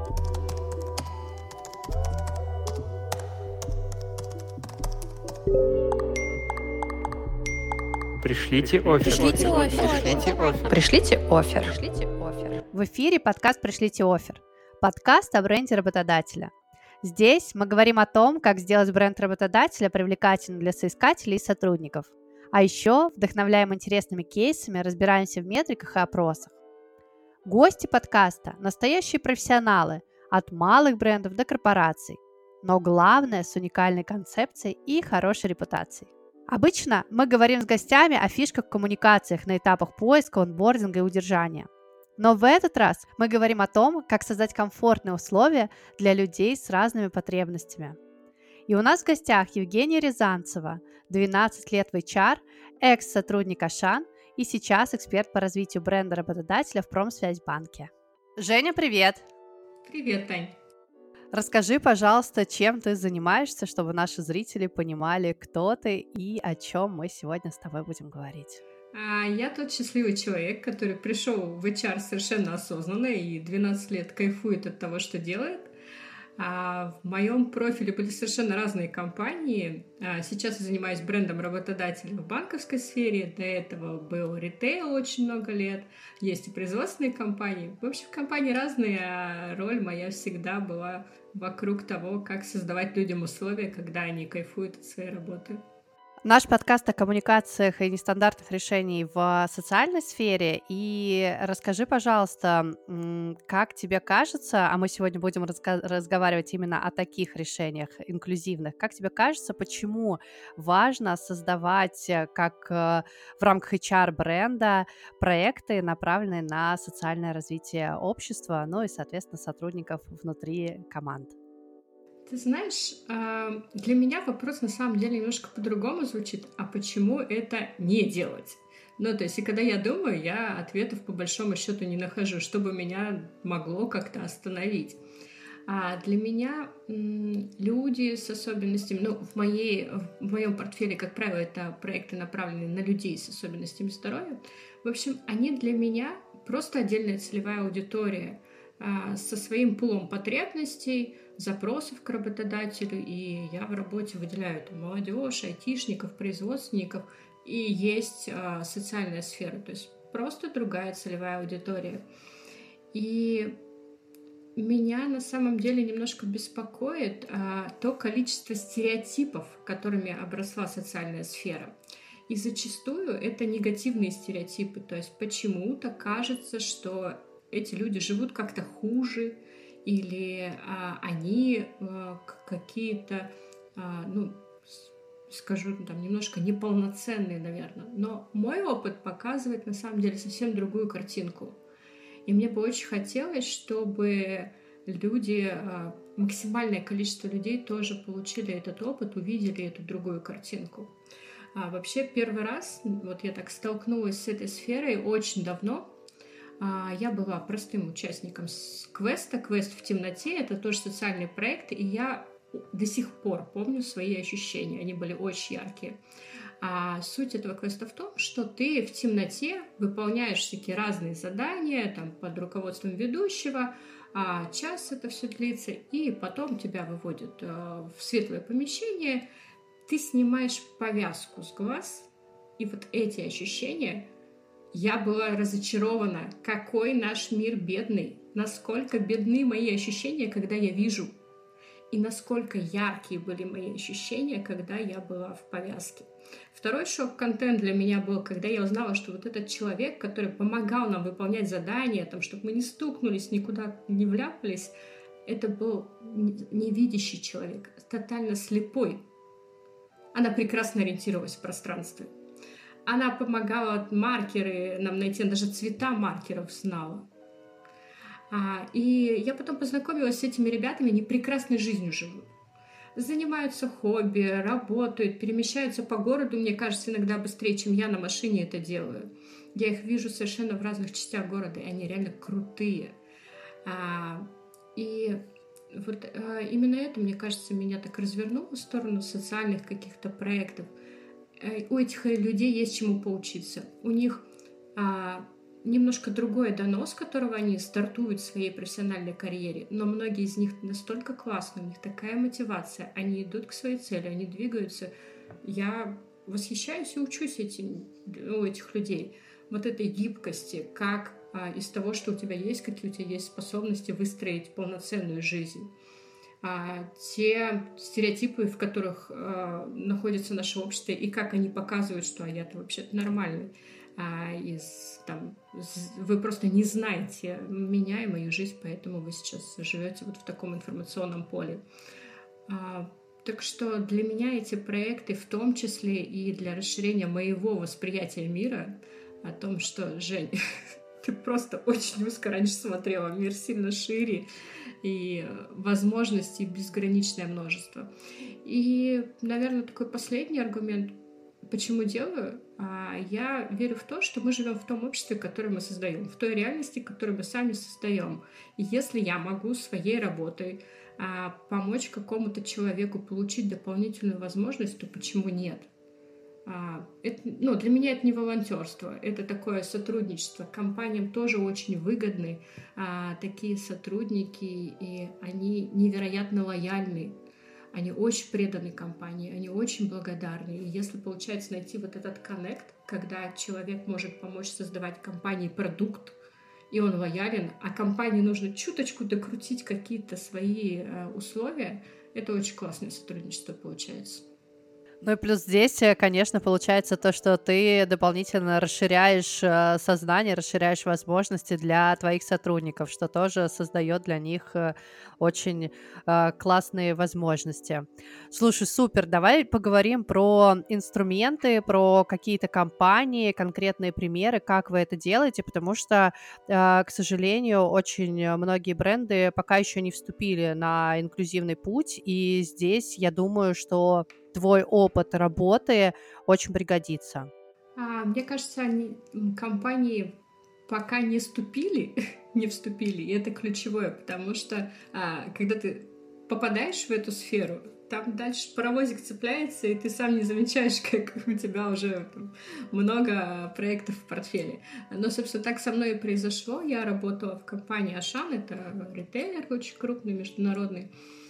Пришлите офер. Пришлите офер. Пришлите офер. Пришлите офер. Пришлите офер. В эфире подкаст «Пришлите офер». Подкаст о бренде работодателя. Здесь мы говорим о том, как сделать бренд работодателя привлекательным для соискателей и сотрудников. А еще вдохновляем интересными кейсами, разбираемся в метриках и опросах. Гости подкаста – настоящие профессионалы, от малых брендов до корпораций. Но главное – с уникальной концепцией и хорошей репутацией. Обычно мы говорим с гостями о фишках в коммуникациях на этапах поиска, онбординга и удержания. Но в этот раз мы говорим о том, как создать комфортные условия для людей с разными потребностями. И у нас в гостях Евгения Рязанцева, 12 лет в HR, экс-сотрудник Ашан и сейчас эксперт по развитию бренда работодателя в Промсвязьбанке. Женя, привет! Привет, Тань! Расскажи, пожалуйста, чем ты занимаешься, чтобы наши зрители понимали, кто ты и о чем мы сегодня с тобой будем говорить. Я тот счастливый человек, который пришел в HR совершенно осознанно и 12 лет кайфует от того, что делает. В моем профиле были совершенно разные компании. Сейчас я занимаюсь брендом работодателя в банковской сфере. До этого был ритейл очень много лет. Есть и производственные компании. В общем, компании разные, а роль моя всегда была вокруг того, как создавать людям условия, когда они кайфуют от своей работы. Наш подкаст о коммуникациях и нестандартных решениях в социальной сфере. И расскажи, пожалуйста, как тебе кажется, а мы сегодня будем разговаривать именно о таких решениях инклюзивных, как тебе кажется, почему важно создавать, как в рамках HR-бренда, проекты, направленные на социальное развитие общества, ну и, соответственно, сотрудников внутри команд? Ты знаешь, для меня вопрос на самом деле немножко по-другому звучит. А почему это не делать? Ну, то есть, и когда я думаю, я ответов по большому счету не нахожу, чтобы меня могло как-то остановить. А для меня люди с особенностями, ну, в моем портфеле, как правило, это проекты, направленные на людей с особенностями здоровья. В общем, они для меня просто отдельная целевая аудитория со своим пулом потребностей, запросов к работодателю, и я в работе выделяю там молодежь, айтишников, производственников, и есть социальная сфера, то есть просто другая целевая аудитория. И меня на самом деле немножко беспокоит то количество стереотипов, которыми обросла социальная сфера. И зачастую это негативные стереотипы, то есть почему-то кажется, что эти люди живут как-то хуже, или они какие-то, скажу там, немножко неполноценные, наверное. Но мой опыт показывает на самом деле совсем другую картинку. И мне бы очень хотелось, чтобы люди, максимальное количество людей тоже получили этот опыт, увидели эту другую картинку. Вообще первый раз вот я так столкнулась с этой сферой очень давно. Я была простым участником квеста. Квест в темноте — это тоже социальный проект, и я до сих пор помню свои ощущения. Они были очень яркие. Суть этого квеста в том, что ты в темноте выполняешь всякие разные задания там, под руководством ведущего, час это все длится, и потом тебя выводят в светлое помещение, ты снимаешь повязку с глаз, и вот эти ощущения... Я была разочарована, какой наш мир бедный, насколько бедны мои ощущения, когда я вижу, и насколько яркие были мои ощущения, когда я была в повязке. Второй шок-контент для меня был, когда я узнала, что вот этот человек, который помогал нам выполнять задания, там, чтобы мы не стукнулись, никуда не вляпались, это был невидящий человек, тотально слепой. Она прекрасно ориентировалась в пространстве. Она помогала маркеры нам найти, она даже цвета маркеров знала. И я потом познакомилась с этими ребятами, они прекрасной жизнью живут. Занимаются хобби, работают, перемещаются по городу, мне кажется, иногда быстрее, чем я на машине это делаю. Я их вижу совершенно в разных частях города, и они реально крутые. И вот именно это, мне кажется, меня так развернуло в сторону социальных каких-то проектов. У этих людей есть чему поучиться. У них немножко другой дано, с которого они стартуют в своей профессиональной карьере, но многие из них настолько классные, у них такая мотивация, они идут к своей цели, они двигаются. Я восхищаюсь и учусь у этих людей. Вот этой гибкости, как из того, что у тебя есть, какие у тебя есть способности выстроить полноценную жизнь. Те стереотипы, в которых находится наше общество, и как они показывают, что я-то вообще-то нормальный. Вы просто не знаете меня и мою жизнь, поэтому вы сейчас живете вот в таком информационном поле. Так что для меня эти проекты, в том числе и для расширения моего восприятия мира, о том, что, Жень, ты просто очень узко раньше смотрела, мир сильно шире, и возможностей безграничное множество. И, наверное, такой последний аргумент, почему делаю, я верю в то, что мы живем в том обществе, которое мы создаем, в той реальности, которую мы сами создаем. И если я могу своей работой помочь какому-то человеку получить дополнительную возможность, то почему нет? Для меня это не волонтерство, это такое сотрудничество. Компаниям тоже очень выгодны такие сотрудники, и они невероятно лояльны. Они очень преданы компании, они очень благодарны. И если получается найти вот этот коннект, когда человек может помочь создавать компании продукт, и он лоялен, а компании нужно чуточку докрутить какие-то свои условия, это очень классное сотрудничество получается. Ну и плюс здесь, конечно, получается то, что ты дополнительно расширяешь сознание, расширяешь возможности для твоих сотрудников, что тоже создает для них очень классные возможности. Слушай, супер, давай поговорим про инструменты, про какие-то компании, конкретные примеры, как вы это делаете, потому что, к сожалению, очень многие бренды пока еще не вступили на инклюзивный путь, и здесь я думаю, что твой опыт работы очень пригодится. Мне кажется, компании пока не вступили, и это ключевое, потому что когда ты попадаешь в эту сферу, там дальше паровозик цепляется, и ты сам не замечаешь, как у тебя уже много проектов в портфеле. Но, собственно, так со мной и произошло. Я работала в компании Ашан, это ритейлер очень крупный, международный.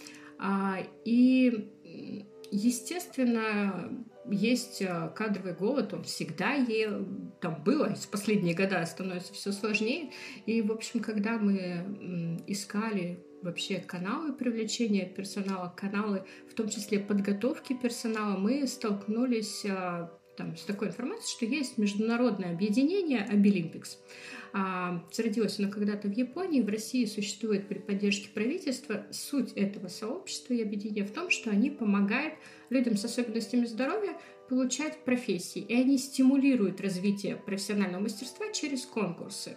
И естественно, есть кадровый голод, он всегда там было, в последние годы становится все сложнее. И, в общем, когда мы искали вообще каналы привлечения персонала, каналы, в том числе подготовки персонала, мы столкнулись с такой информацией, что есть международное объединение Abilimpics. Зародилось оно когда-то в Японии, в России существует при поддержке правительства. Суть этого сообщества и объединения в том, что они помогают людям с особенностями здоровья получать профессии, и они стимулируют развитие профессионального мастерства через конкурсы.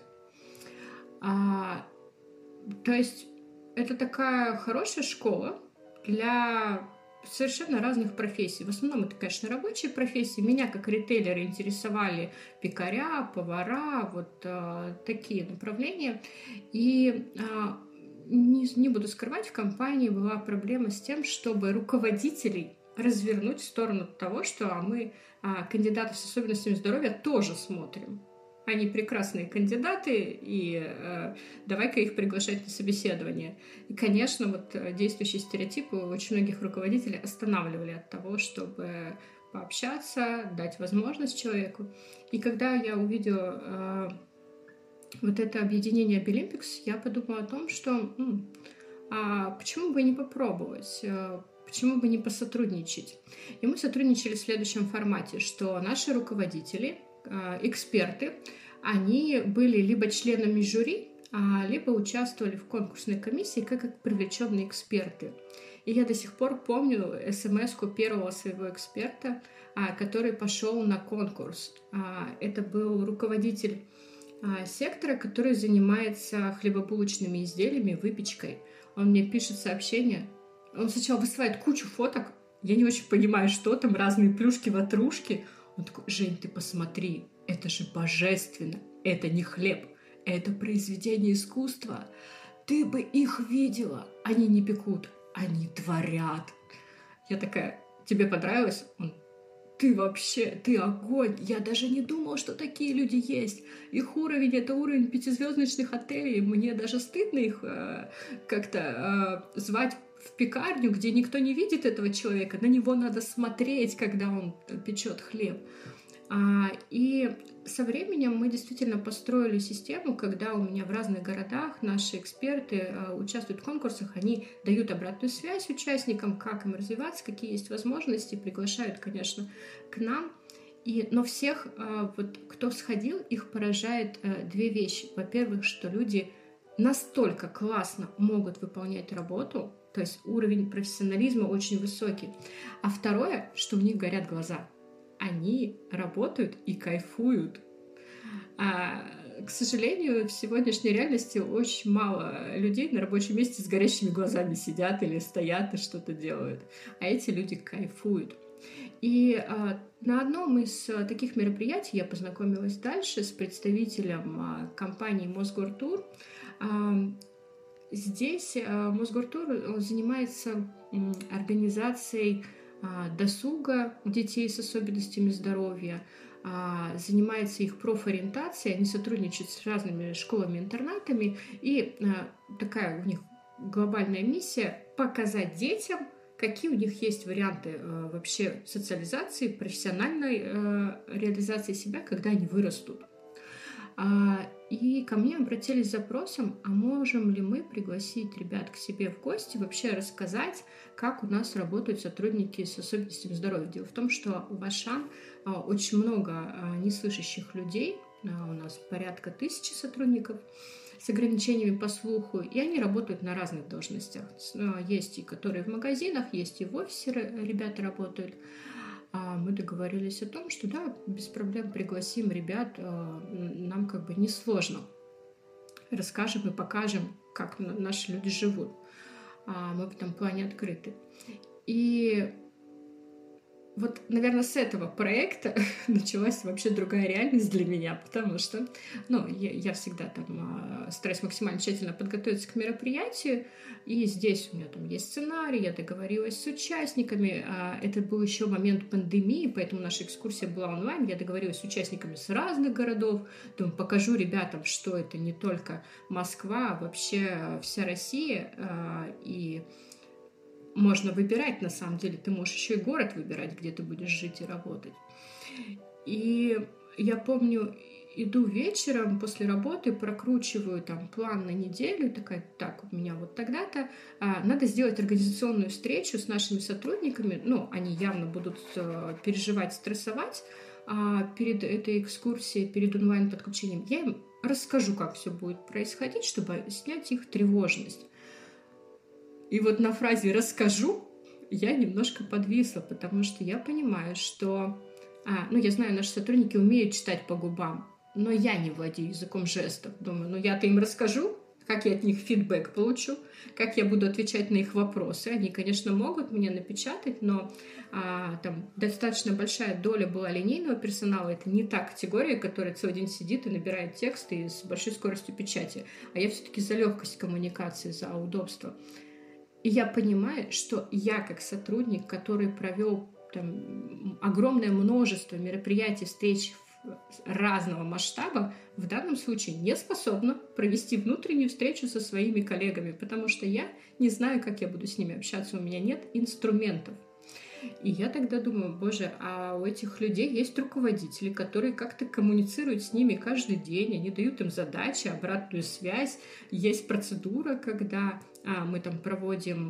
То есть это такая хорошая школа для совершенно разных профессий. В основном это, конечно, рабочие профессии. Меня как ритейлера интересовали пекаря, повара, вот такие направления. И не буду скрывать, в компании была проблема с тем, чтобы руководителей развернуть в сторону того, что мы кандидатов с особенностями здоровья тоже смотрим. Они прекрасные кандидаты, и давай-ка их приглашать на собеседование. И, конечно, вот действующие стереотипы очень многих руководителей останавливали от того, чтобы пообщаться, дать возможность человеку. И когда я увидела вот это объединение Abilimpics, я подумала о том, что почему бы не попробовать, почему бы не посотрудничать. И мы сотрудничали в следующем формате, что наши руководители, эксперты, они были либо членами жюри, либо участвовали в конкурсной комиссии как привлеченные эксперты. И я до сих пор помню смс-ку первого своего эксперта, который пошел на конкурс. Это был руководитель сектора, который занимается хлебобулочными изделиями, выпечкой. Он мне пишет сообщение. Он сначала высылает кучу фоток. Я не очень понимаю, что там, разные плюшки-ватрушки. Он такой: Жень, ты посмотри, это же божественно, это не хлеб, это произведение искусства. Ты бы их видела, они не пекут, они творят. Я такая: тебе понравилось? Он: ты вообще, ты огонь. Я даже не думал, что такие люди есть. Их уровень — это уровень 5-звездочных отелей. Мне даже стыдно их как-то звать в пекарню, где никто не видит этого человека. На него надо смотреть, когда он печет хлеб. И со временем мы действительно построили систему, когда у меня в разных городах наши эксперты участвуют в конкурсах, они дают обратную связь участникам, как им развиваться, какие есть возможности, приглашают, конечно, к нам. Но всех, вот, кто сходил, их поражает две вещи. Во-первых, что люди настолько классно могут выполнять работу, то есть уровень профессионализма очень высокий. А второе, что у них горят глаза. Они работают и кайфуют. К сожалению, в сегодняшней реальности очень мало людей на рабочем месте с горящими глазами сидят или стоят и что-то делают. А эти люди кайфуют. И на одном из таких мероприятий я познакомилась дальше с представителем компании Мосгортур. Здесь Мосгортур занимается организацией досуга детей с особенностями здоровья, занимается их профориентацией, они сотрудничают с разными школами-интернатами, и такая у них глобальная миссия — показать детям, какие у них есть варианты вообще социализации, профессиональной реализации себя, когда они вырастут. И ко мне обратились с запросом, а можем ли мы пригласить ребят к себе в гости, вообще рассказать, как у нас работают сотрудники с особенностями здоровья. Дело в том, что в Ашан очень много неслышащих людей, у нас порядка 1000 сотрудников с ограничениями по слуху, и они работают на разных должностях. Есть и которые в магазинах, есть и в офисе ребята работают. Мы договорились о том, что да, без проблем пригласим ребят, нам как бы несложно. Расскажем и покажем, как наши люди живут. Мы в этом плане открыты. И вот, наверное, с этого проекта началась вообще другая реальность для меня, потому что, я всегда там стараюсь максимально тщательно подготовиться к мероприятию, и здесь у меня там есть сценарий, я договорилась с участниками, это был еще момент пандемии, поэтому наша экскурсия была онлайн, я договорилась с участниками с разных городов, думаю, покажу ребятам, что это не только Москва, а вообще вся Россия, и можно выбирать, на самом деле. Ты можешь еще и город выбирать, где ты будешь жить и работать. И я помню, иду вечером после работы, прокручиваю там план на неделю, такая, так, у меня вот тогда-то надо сделать организационную встречу с нашими сотрудниками. Они явно будут переживать, стрессовать перед этой экскурсией, перед онлайн-подключением. Я им расскажу, как все будет происходить, чтобы снять их тревожность. И вот на фразе «расскажу» я немножко подвисла, потому что я понимаю, что... я знаю, наши сотрудники умеют читать по губам, но я не владею языком жестов. Думаю, я-то им расскажу, как я от них фидбэк получу, как я буду отвечать на их вопросы. Они, конечно, могут мне напечатать, но там достаточно большая доля была линейного персонала. Это не та категория, которая целый день сидит и набирает тексты с большой скоростью печати. А я все-таки за легкость коммуникации, за удобство. И я понимаю, что я как сотрудник, который провел там огромное множество мероприятий, встреч разного масштаба, в данном случае не способна провести внутреннюю встречу со своими коллегами, потому что я не знаю, как я буду с ними общаться, у меня нет инструментов. И я тогда думаю, боже, а у этих людей есть руководители, которые как-то коммуницируют с ними каждый день, они дают им задачи, обратную связь, есть процедура, когда мы там проводим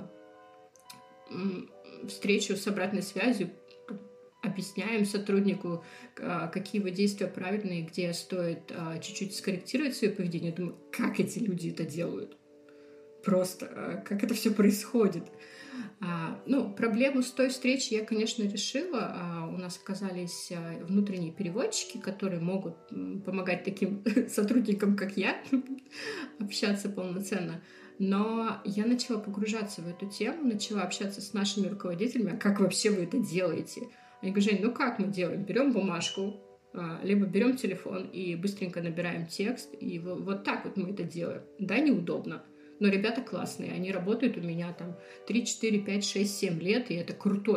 встречу с обратной связью, объясняем сотруднику, какие его действия правильные, где стоит чуть-чуть скорректировать свое поведение. Думаю, как эти люди это делают? Просто, как это все происходит? Проблему с той встречи я, конечно, решила. У нас оказались внутренние переводчики, которые могут помогать таким сотрудникам, как я, общаться полноценно. Но я начала погружаться в эту тему, начала общаться с нашими руководителями, а как вообще вы это делаете? Они говорят, Жень, как мы делаем? Берем бумажку, либо берем телефон и быстренько набираем текст, и вот так вот мы это делаем. Да, неудобно, но ребята классные, они работают у меня там 3, 4, 5, 6, 7 лет, и это крутой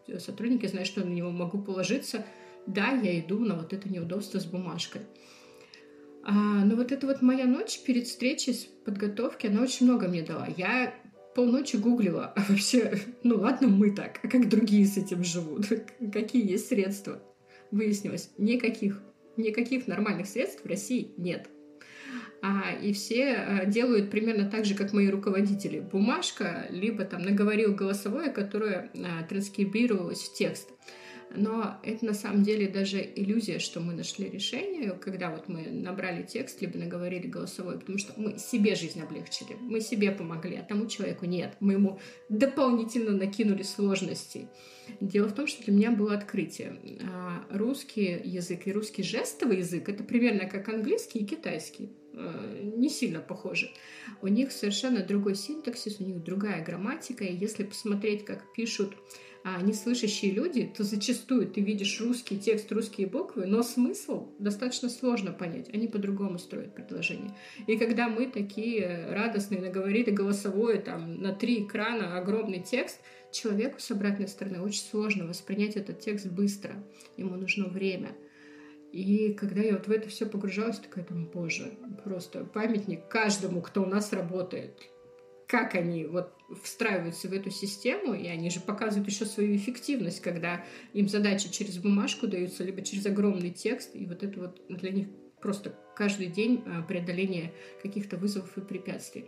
сотрудники знают, что я на него могу положиться. Да, я иду на вот это неудобство с бумажкой. Но вот эта вот моя ночь перед встречей с подготовки, она очень много мне дала. Я полночи гуглила, а вообще, ну ладно, мы так, а как другие с этим живут? Какие есть средства? Выяснилось, никаких нормальных средств в России нет. И все делают примерно так же, как мои руководители. Бумажка, либо там наговорил голосовое, которое транскрибировалось в текст. Но это на самом деле даже иллюзия, что мы нашли решение, когда вот мы набрали текст, либо наговорили голосовой, потому что мы себе жизнь облегчили, мы себе помогли, а тому человеку нет. Мы ему дополнительно накинули сложностей. Дело в том, что для меня было открытие. Русский язык и русский жестовый язык — это примерно как английский и китайский. Не сильно похожи. У них совершенно другой синтаксис, у них другая грамматика, и если посмотреть, как пишут неслышащие люди, то зачастую ты видишь русский текст, русские буквы, но смысл достаточно сложно понять. Они по-другому строят предложения. И когда мы такие радостные наговорили голосовое там на 3 экрана, огромный текст, человеку с обратной стороны очень сложно воспринять этот текст быстро. Ему нужно время. И когда я вот в это все погружалась, такая думаю, боже, просто памятник каждому, кто у нас работает. Как они вот встраиваются в эту систему, и они же показывают еще свою эффективность, когда им задачи через бумажку даются, либо через огромный текст, и вот это вот для них просто каждый день преодоление каких-то вызовов и препятствий.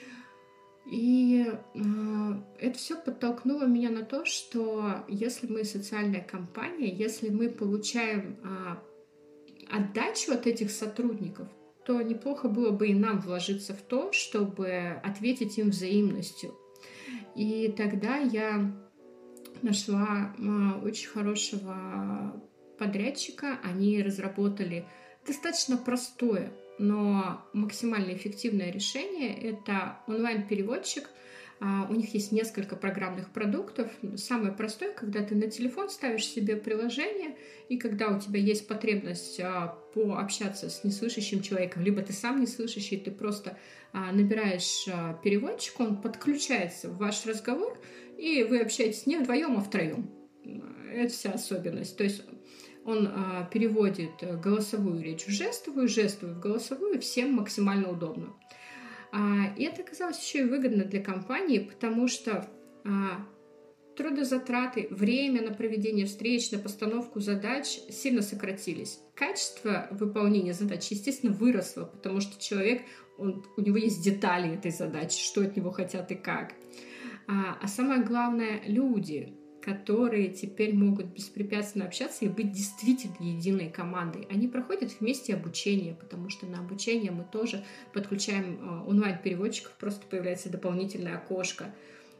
И это все подтолкнуло меня на то, что если мы социальная компания, если мы получаем отдачу от этих сотрудников, то неплохо было бы и нам вложиться в то, чтобы ответить им взаимностью. И тогда я нашла очень хорошего подрядчика. Они разработали достаточно простое, но максимально эффективное решение. Это онлайн-переводчик. У них есть несколько программных продуктов. Самое простое, когда ты на телефон ставишь себе приложение, и когда у тебя есть потребность пообщаться с неслышащим человеком, либо ты сам неслышащий, ты просто набираешь переводчик, он подключается в ваш разговор, и вы общаетесь не вдвоем, а втроем. Это вся особенность. То есть он переводит голосовую речь в жестовую, жестовую в голосовую, всем максимально удобно. И это оказалось еще и выгодно для компании, потому что трудозатраты, время на проведение встреч, на постановку задач сильно сократились. Качество выполнения задач, естественно, выросло, потому что человек, у него есть детали этой задачи, что от него хотят и как. А самое главное, люди, которые теперь могут беспрепятственно общаться и быть действительно единой командой. Они проходят вместе обучение, потому что на обучение мы тоже подключаем онлайн-переводчиков, просто появляется дополнительное окошко.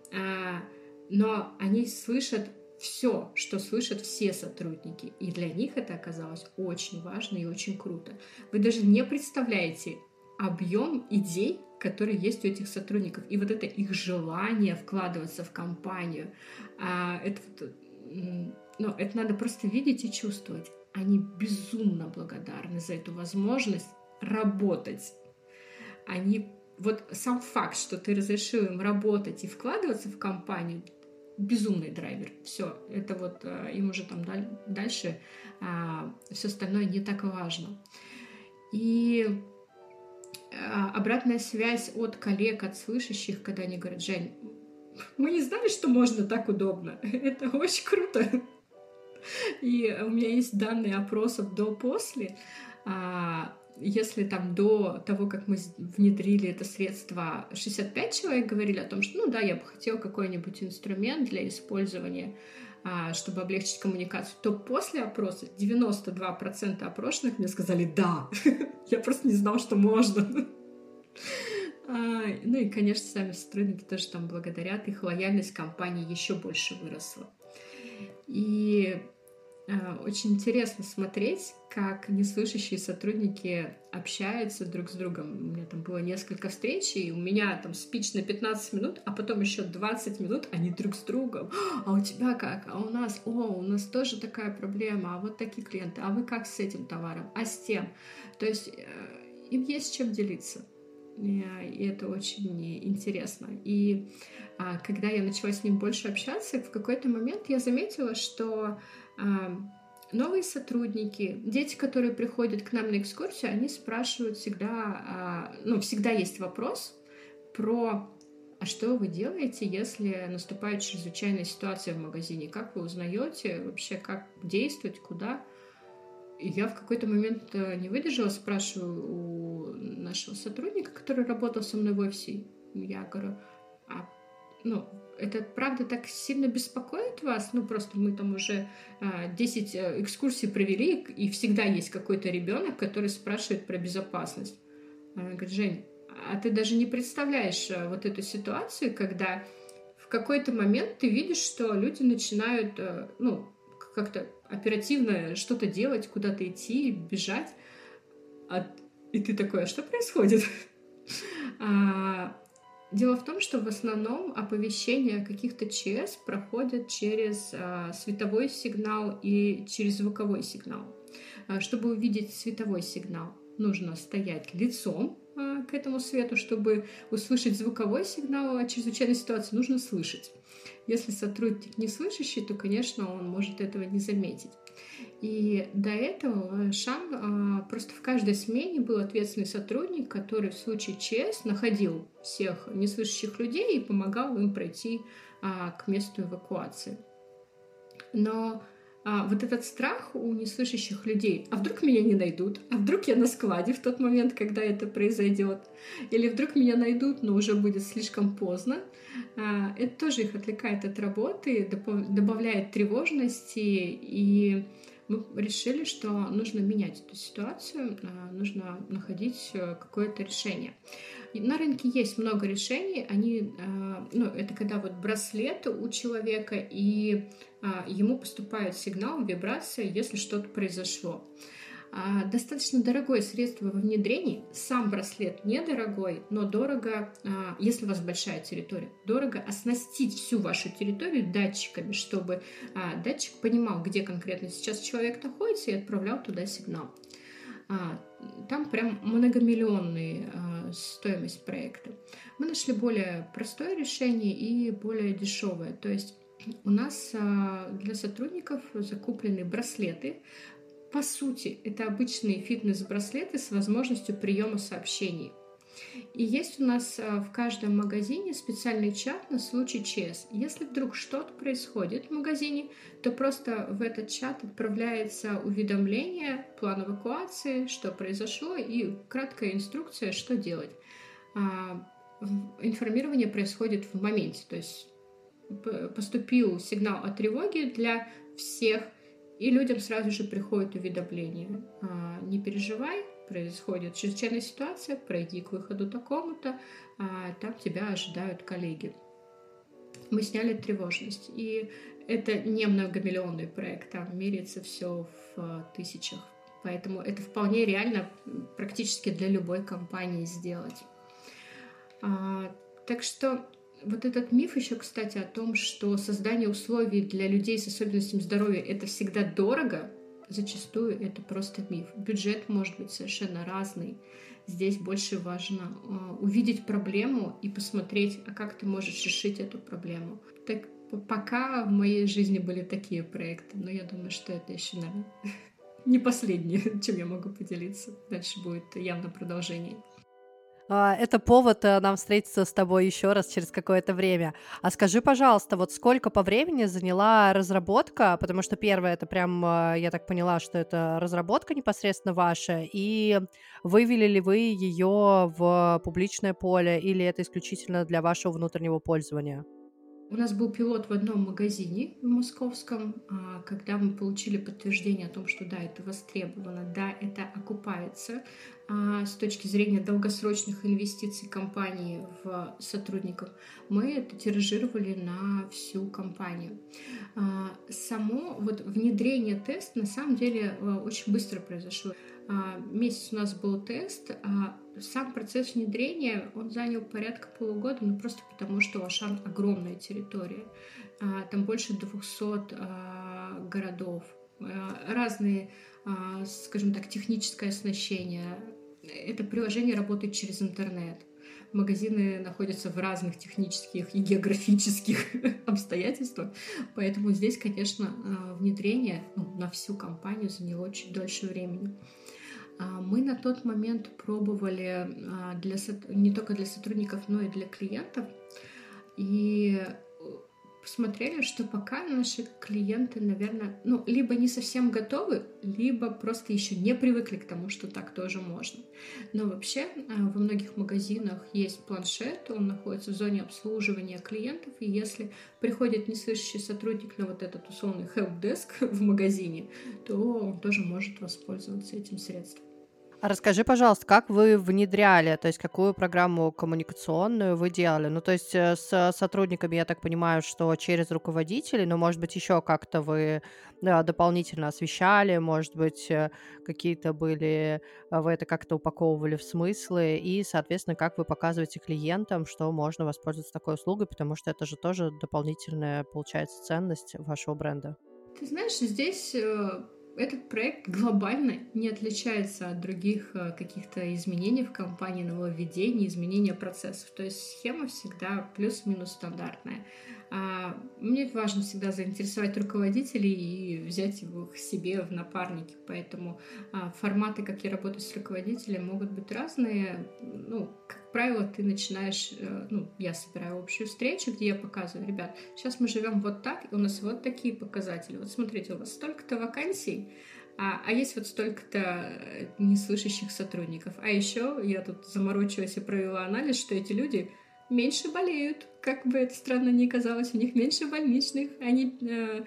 Но они слышат все, что слышат все сотрудники. И для них это оказалось очень важно и очень круто. Вы даже не представляете объем идей, которые есть у этих сотрудников. И вот это их желание вкладываться в компанию, это надо просто видеть и чувствовать. Они безумно благодарны за эту возможность работать. Вот сам факт, что ты разрешил им работать и вкладываться в компанию, безумный драйвер. Все, это вот им уже там дальше все остальное не так важно. И обратная связь от коллег, от слышащих, когда они говорят: Жень, мы не знали, что можно так удобно. Это очень круто. И у меня есть данные опросов до-после. Если там до того, как мы внедрили это средство, 65 человек говорили о том, что я бы хотел какой-нибудь инструмент для использования, чтобы облегчить коммуникацию, то после опроса 92% опрошенных мне сказали «да». Я просто не знала, что можно. И, конечно, сами сотрудники тоже там благодарят. Их лояльность компании еще больше выросла. И очень интересно смотреть, как неслышащие сотрудники общаются друг с другом. У меня там было несколько встреч, и у меня там спич на 15 минут, а потом еще 20 минут они друг с другом. А у тебя как? А у нас тоже такая проблема, а вот такие клиенты, а вы как с этим товаром? А с тем? То есть им есть чем делиться. и это очень интересно. И когда я начала с ним больше общаться, в какой-то момент я заметила, что новые сотрудники, дети, которые приходят к нам на экскурсию, они спрашивают всегда, всегда есть вопрос про: а что вы делаете, если наступает чрезвычайная ситуация в магазине? Как вы узнаете вообще, как действовать, куда? И я в какой-то момент не выдержала, спрашиваю у нашего сотрудника, который работал со мной в офисе. Я говорю: это правда так сильно беспокоит вас? Просто мы там уже 10 экскурсий провели, и всегда есть какой-то ребенок, который спрашивает про безопасность. Она говорит: Жень, а ты даже не представляешь вот эту ситуацию, когда в какой-то момент ты видишь, что люди начинают, как-то оперативно что-то делать, куда-то идти, бежать, и ты такой: а что происходит? Дело в том, что в основном оповещения о каких-то ЧС проходят через световой сигнал и через звуковой сигнал. Чтобы увидеть световой сигнал, нужно стоять лицом к этому свету. Чтобы услышать звуковой сигнал о чрезвычайной ситуации, нужно слышать. Если сотрудник не слышащий, то, конечно, он может этого не заметить. И до этого Шан просто в каждой смене был ответственный сотрудник, который в случае ЧС находил всех неслышащих людей и помогал им пройти к месту эвакуации. Но вот этот страх у неслышащих людей: а вдруг меня не найдут, а вдруг я на складе в тот момент, когда это произойдет, или вдруг меня найдут, но уже будет слишком поздно, это тоже их отвлекает от работы, добавляет тревожности, и мы решили, что нужно менять эту ситуацию, нужно находить какое-то решение. И на рынке есть много решений. Это когда вот браслет у человека, и ему поступает сигнал, вибрация, если что-то произошло. Достаточно дорогое средство во внедрении. Сам браслет недорогой, но дорого, если у вас большая территория, дорого оснастить всю вашу территорию датчиками, чтобы датчик понимал, где конкретно сейчас человек находится, и отправлял туда сигнал. Там прям многомиллионная стоимость проекта. Мы нашли более простое решение и более дешевое. То есть у нас для сотрудников закуплены браслеты. По сути, это обычные фитнес-браслеты с возможностью приема сообщений. И есть у нас в каждом магазине специальный чат на случай ЧС. Если вдруг что-то происходит в магазине, то просто в этот чат отправляется уведомление, план эвакуации, что произошло, и краткая инструкция, что делать. Информирование происходит в моменте, то есть поступил сигнал о тревоге для всех, и людям сразу же приходит уведомление: не переживай, происходит чрезвычайная ситуация, пройди к выходу такому-то, там тебя ожидают коллеги. Мы сняли тревожность, и это не многомиллионный проект, там меряется все в тысячах, поэтому это вполне реально практически для любой компании сделать. Так что вот этот миф еще, кстати, о том, что создание условий для людей с особенностями здоровья — это всегда дорого, зачастую это просто миф. Бюджет может быть совершенно разный. Здесь больше важно увидеть проблему и посмотреть, а как ты можешь решить эту проблему. Так пока в моей жизни были такие проекты, но я думаю, что это еще, наверное, не последнее, чем я могу поделиться. Дальше будет явно продолжение. Это повод нам встретиться с тобой еще раз через какое-то время. А скажи, пожалуйста, вот сколько по времени заняла разработка? Потому что первое, это прям, я так поняла, что это разработка непосредственно ваша, и вывели ли вы ее в публичное поле, или это исключительно для вашего внутреннего пользования? У нас был пилот в одном магазине в московском, когда мы получили подтверждение о том, что да, это востребовано, да, это окупается с точки зрения долгосрочных инвестиций компании в сотрудников. Мы это тиражировали на всю компанию. Само вот внедрение теста на самом деле очень быстро произошло. Месяц у нас был тест, сам процесс внедрения, он занял порядка полугода, просто потому, что у Ашан огромная территория. Там больше 200 городов, разные, скажем так, техническое оснащение. Это приложение работает через интернет. магазины находятся в разных технических и географических обстоятельствах, поэтому здесь, конечно, внедрение на всю компанию заняло чуть дольше времени. Мы на тот момент пробовали не только для сотрудников, но и для клиентов. И посмотрели, что пока наши клиенты, наверное, либо не совсем готовы, либо просто еще не привыкли к тому, что так тоже можно. Но вообще во многих магазинах есть планшет, он находится в зоне обслуживания клиентов, и если приходит неслышащий сотрудник на вот этот условный helpdesk в магазине, то он тоже может воспользоваться этим средством. А расскажи, пожалуйста, как вы внедряли, то есть какую программу коммуникационную вы делали? Ну, то есть с сотрудниками, я так понимаю, что через руководителей, но, может быть, еще как-то вы дополнительно освещали, может быть, какие-то были, вы это как-то упаковывали в смыслы, и, соответственно, как вы показываете клиентам, что можно воспользоваться такой услугой, потому что это же тоже дополнительная, получается, ценность вашего бренда. Ты знаешь, здесь этот проект глобально не отличается от других каких-то изменений в компании, нововведений, изменения процессов. То есть схема всегда плюс-минус стандартная. Мне важно всегда заинтересовать руководителей и взять его к себе в напарники. Поэтому форматы, как я работаю с руководителем, могут быть разные. Как правило, ты начинаешь, я собираю общую встречу, где я показываю: ребят, сейчас мы живем вот так, и у нас вот такие показатели. Вот смотрите, у вас столько-то вакансий, а есть вот столько-то неслышащих сотрудников. А еще я тут заморочилась и провела анализ, что эти люди меньше болеют, как бы это странно ни казалось, у них меньше больничных, они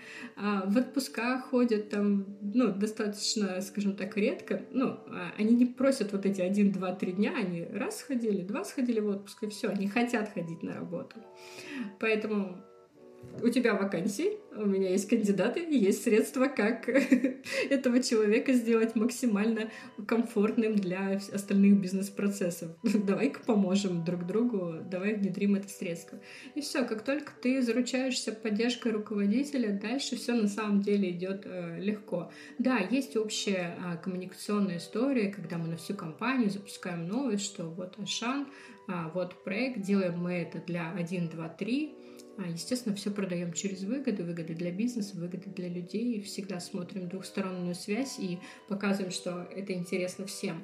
в отпусках ходят там, достаточно, скажем так, редко, они не просят вот эти 1, 2, 3 дня, они раз сходили, 2 сходили в отпуск, и все, они хотят ходить на работу. Поэтому у тебя вакансии, у меня есть кандидаты, и есть средства, как этого человека сделать максимально комфортным для остальных бизнес-процессов. Давай-ка поможем друг другу, давай внедрим это средство. И все, как только ты заручаешься поддержкой руководителя, дальше все на самом деле идет легко. Да, есть общая коммуникационная история, когда мы на всю компанию запускаем новость, что вот Ашан, вот проект, делаем мы это для 1, 2, 3. Естественно, все продаем через выгоды для бизнеса, выгоды для людей. Всегда смотрим двухстороннюю связь и показываем, что это интересно всем.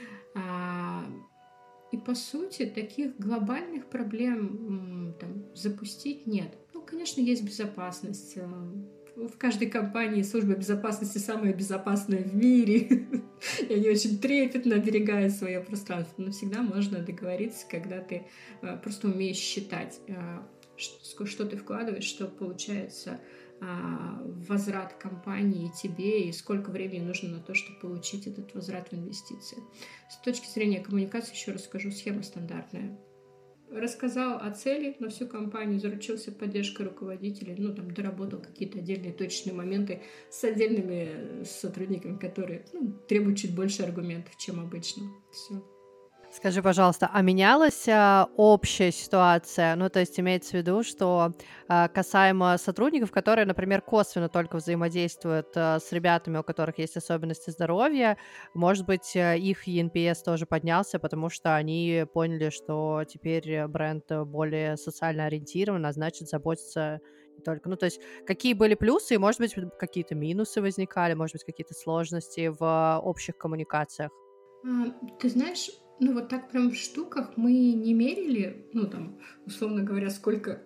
И, по сути, таких глобальных проблем запустить нет. Конечно, есть безопасность. В каждой компании служба безопасности самая безопасная в мире. И они очень трепетно оберегают свое пространство. Но всегда можно договориться, когда ты просто умеешь считать, что ты вкладываешь, что получается возврат компании тебе, и сколько времени нужно на то, чтобы получить этот возврат в инвестиции. С точки зрения коммуникации, еще раз скажу, схема стандартная. Рассказал о цели на всю компанию, заручился поддержкой руководителей, доработал какие-то отдельные точечные моменты с отдельными сотрудниками, которые требуют чуть больше аргументов, чем обычно. Все. Скажи, пожалуйста, а менялась общая ситуация? То есть имеется в виду, что касаемо сотрудников, которые, например, косвенно только взаимодействуют с ребятами, у которых есть особенности здоровья, может быть, их ENPS тоже поднялся, потому что они поняли, что теперь бренд более социально ориентирован, а значит, заботится не только... то есть какие были плюсы, и, может быть, какие-то минусы возникали, может быть, какие-то сложности в общих коммуникациях? Ты знаешь, вот так прям в штуках мы не мерили, условно говоря, сколько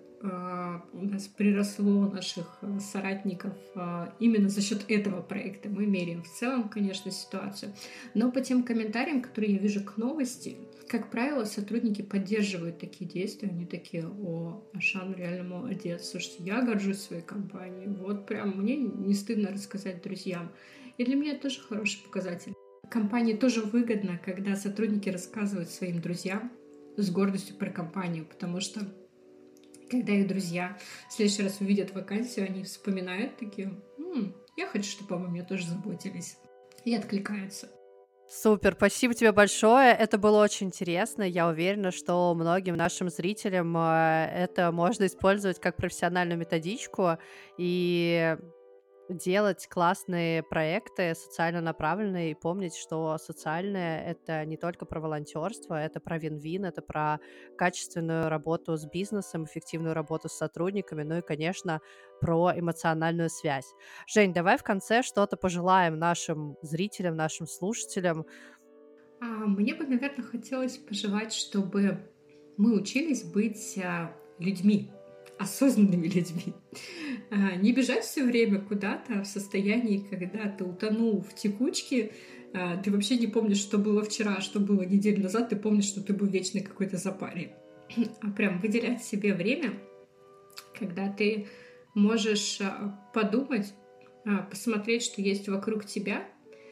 у нас приросло наших соратников именно за счет этого проекта. Мы меряем в целом, конечно, ситуацию. Но по тем комментариям, которые я вижу к новости, как правило, сотрудники поддерживают такие действия. Они такие: о, Ашан реально молодец. Слушайте, я горжусь своей компанией. Вот прям мне не стыдно рассказать друзьям. И для меня это тоже хороший показатель. Компании тоже выгодно, когда сотрудники рассказывают своим друзьям с гордостью про компанию, потому что когда их друзья в следующий раз увидят вакансию, они вспоминают такие: я хочу, чтобы обо мне тоже заботились, и откликаются. Супер, спасибо тебе большое. Это было очень интересно. Я уверена, что многим нашим зрителям это можно использовать как профессиональную методичку. И делать классные проекты, социально направленные, и помнить, что социальное — это не только про волонтерство, это про вин-вин, это про качественную работу с бизнесом, эффективную работу с сотрудниками, ну и, конечно, про эмоциональную связь. Жень, давай в конце что-то пожелаем нашим зрителям, нашим слушателям. Мне бы, наверное, хотелось пожелать, чтобы мы учились быть людьми, осознанными людьми. Не бежать все время куда-то в состоянии, когда ты утонул в текучке, ты вообще не помнишь, что было вчера, что было неделю назад, ты помнишь, что ты был в вечной какой-то запаре. А прям выделять себе время, когда ты можешь подумать, посмотреть, что есть вокруг тебя,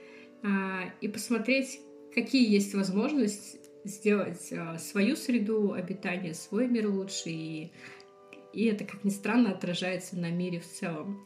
и посмотреть, какие есть возможности сделать свою среду обитания, свой мир лучше. И это, как ни странно, отражается на мире в целом.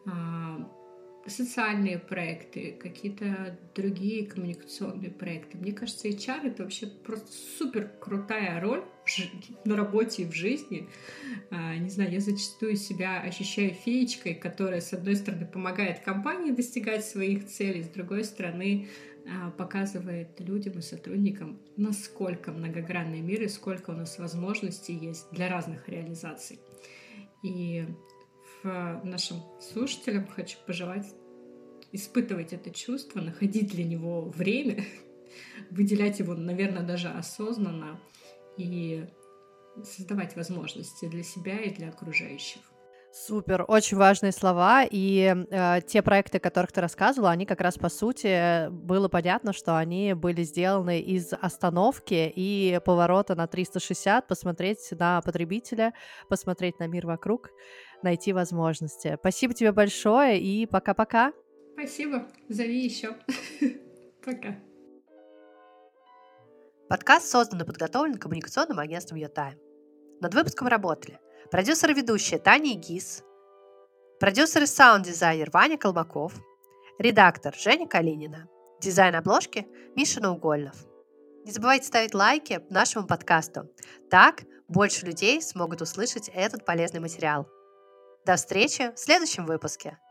Социальные проекты, какие-то другие коммуникационные проекты. Мне кажется, HR — это вообще просто супер крутая роль на работе и в жизни. Не знаю, я зачастую себя ощущаю феечкой, которая, с одной стороны, помогает компании достигать своих целей, с другой стороны, показывает людям и сотрудникам, насколько многогранный мир и сколько у нас возможностей есть для разных реализаций. И нашим слушателям хочу пожелать испытывать это чувство, находить для него время, выделять его, наверное, даже осознанно и создавать возможности для себя и для окружающих. Супер, очень важные слова, и те проекты, о которых ты рассказывала, они как раз, по сути, было понятно, что они были сделаны из остановки и поворота на 360, посмотреть на потребителя, посмотреть на мир вокруг, найти возможности. Спасибо тебе большое, и пока-пока. Спасибо, зови еще. Пока. Подкаст создан и подготовлен коммуникационным агентством YourTime. Над выпуском работали продюсер и ведущая Таня Игис, продюсер и саунд-дизайнер Ваня Колмаков, редактор Женя Калинина, дизайн обложки Миша Наугольнов. Не забывайте ставить лайки нашему подкасту. Так больше людей смогут услышать этот полезный материал. До встречи в следующем выпуске.